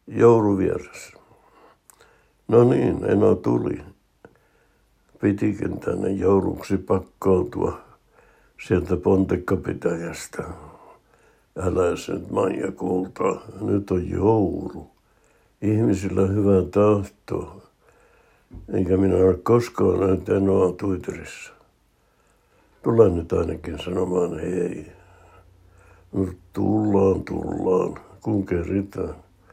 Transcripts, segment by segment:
Jouluvieras. No niin, Eno tuli. Pitikin tänne jouluksi pakkautua sieltä Pontekkapitäjästä. Älä se nyt, Maija, kultaa. Nyt on joulu. Ihmisillä hyvä tahto. Enkä minä ole koskaan nähnyt Enoa Twitterissä. Tule nyt ainakin sanomaan hei. No tullaan. Kun keritään.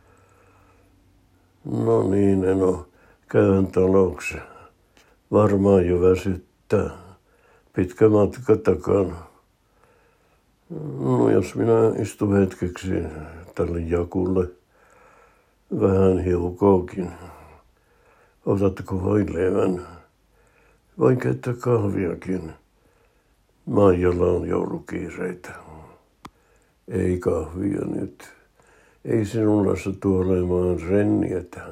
No niin, Eno. Käyn taloksi. Varmaan jo väsyttää. Pitkä matka takana. No jos minä istun hetkeksi tälle Jakulle. Vähän hiukookin. Otatko voileivän? Voin keittää kahviakin. Maijalla on joulukiireitä. Ei kahvia nyt. Ei sinulla satu olemaan rennietä.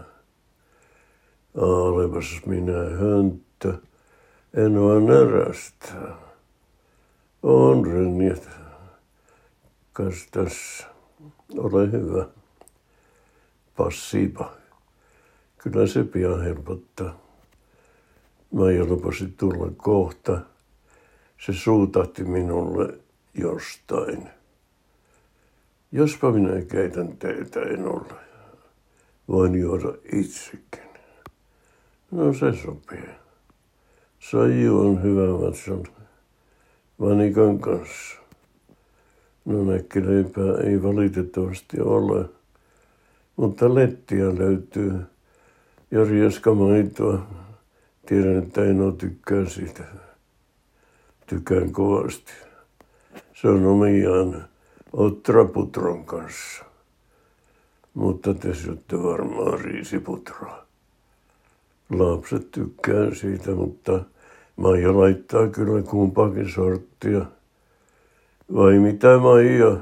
Olepas minä hönttö. En ole närästä. On rennietä. Kas tässä. Ole hyvä. Passiipa. Kyllä se pian helpottaa. Maija lupasi tulla kohta. Se suutahti minulle jostain. Jospa minä keitän teitä Enolle. Voin juoda itsekin. No se sopii. Saju on hyvä vatsan. Vanikan kanssa. No näkkileipää ei valitettavasti ole. Mutta lettiä löytyy. Ja rieskamaitoa. Tiedän, että Eno tykkää siitä. Tykään kovasti. Se on omiaan otraputron kanssa. Mutta te syötte varmaan riisiputraa. Lapset tykkää siitä, mutta Maija laittaa kyllä kumpaakin sorttia. Vai mitä, Maija?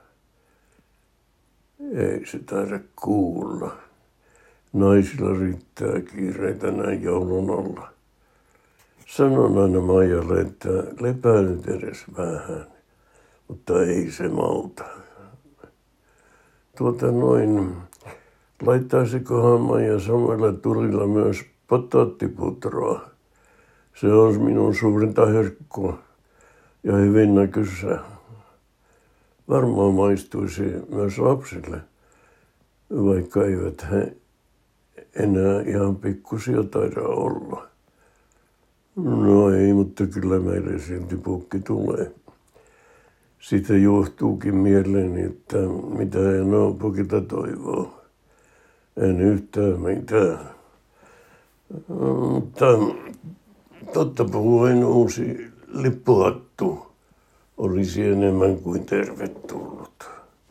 Ei se taida kuulla. Naisilla riittää kiireitä näin joulun alla. Sanon aina Maijalle, että lepää nyt edes vähän, mutta ei se malta. Laittaisikohan Maija samalla tulilla myös potaattiputroa? Se on minun suurinta herkkua ja hyvin näköisää. Varmaan maistuisi myös lapsille, vaikka eivät he enää ihan pikkusia taida olla. No ei, mutta kyllä meille silti pukki tulee. Siitä johtuukin mieleeni, että mitä Eno pukilta toivoo. En yhtään mitään. Mutta totta puhuen uusi lippuhattu olisi enemmän kuin tervetullut.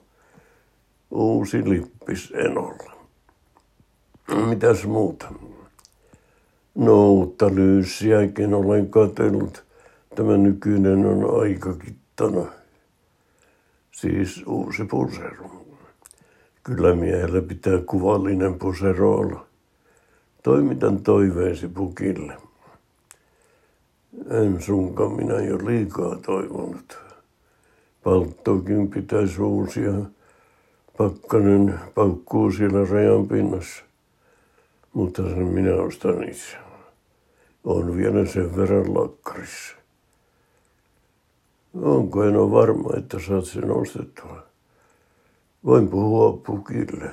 Uusi lippis Enolle. Mitäs muuta? No uutta lyyssiäkin olen katsellut. Tämä nykyinen on aika kittana. Siis uusi pusero. Kyllä miehellä pitää kuvallinen pusero olla. Toimitan toiveesi pukille. En sunkaan minä jo liikaa toivonut. Palttookin pitäisi uusia. Pakkanen paukkuu siellä rajan pinnassa. Mutta sen minä ostan itse. On vielä sen verran lakkarissa. Onko Eno varma, että saat sen ostettua? Voin puhua pukille.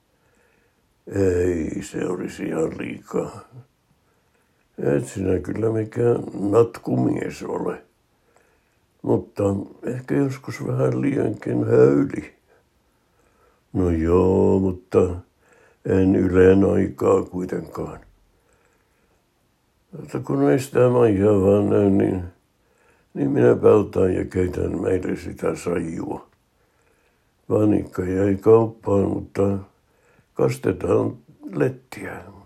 Ei, se olisi ihan liikaa. Et sinä kyllä mikään natkumies ole. Mutta ehkä joskus vähän liiankin höyli. No joo, mutta en yleen aikaa kuitenkaan. Mutta kun ei sitä Maijaa vaan näy, niin minä peltaan ja keitän meille sitä sajua. Vanikka jäi kauppaan, mutta kastetaan lettiä.